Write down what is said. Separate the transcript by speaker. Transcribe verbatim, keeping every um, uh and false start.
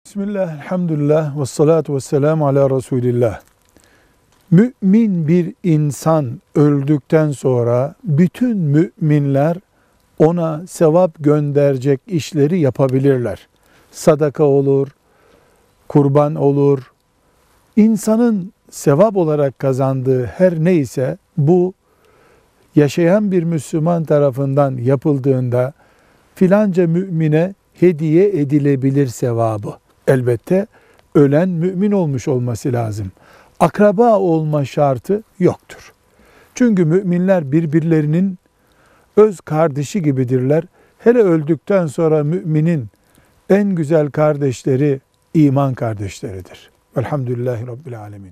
Speaker 1: Bismillah, elhamdülillah, ve salatu ve selamu ala Resulillah. Mümin bir insan öldükten sonra bütün müminler ona sevap gönderecek işleri yapabilirler. Sadaka olur, kurban olur. İnsanın sevap olarak kazandığı her neyse bu yaşayan bir Müslüman tarafından yapıldığında filanca mümine hediye edilebilir sevabı. Elbette ölen mümin olmuş olması lazım. Akraba olma şartı yoktur. Çünkü müminler birbirlerinin öz kardeşi gibidirler. Hele öldükten sonra müminin en güzel kardeşleri iman kardeşleridir. Velhamdülillahi Rabbil Alemin.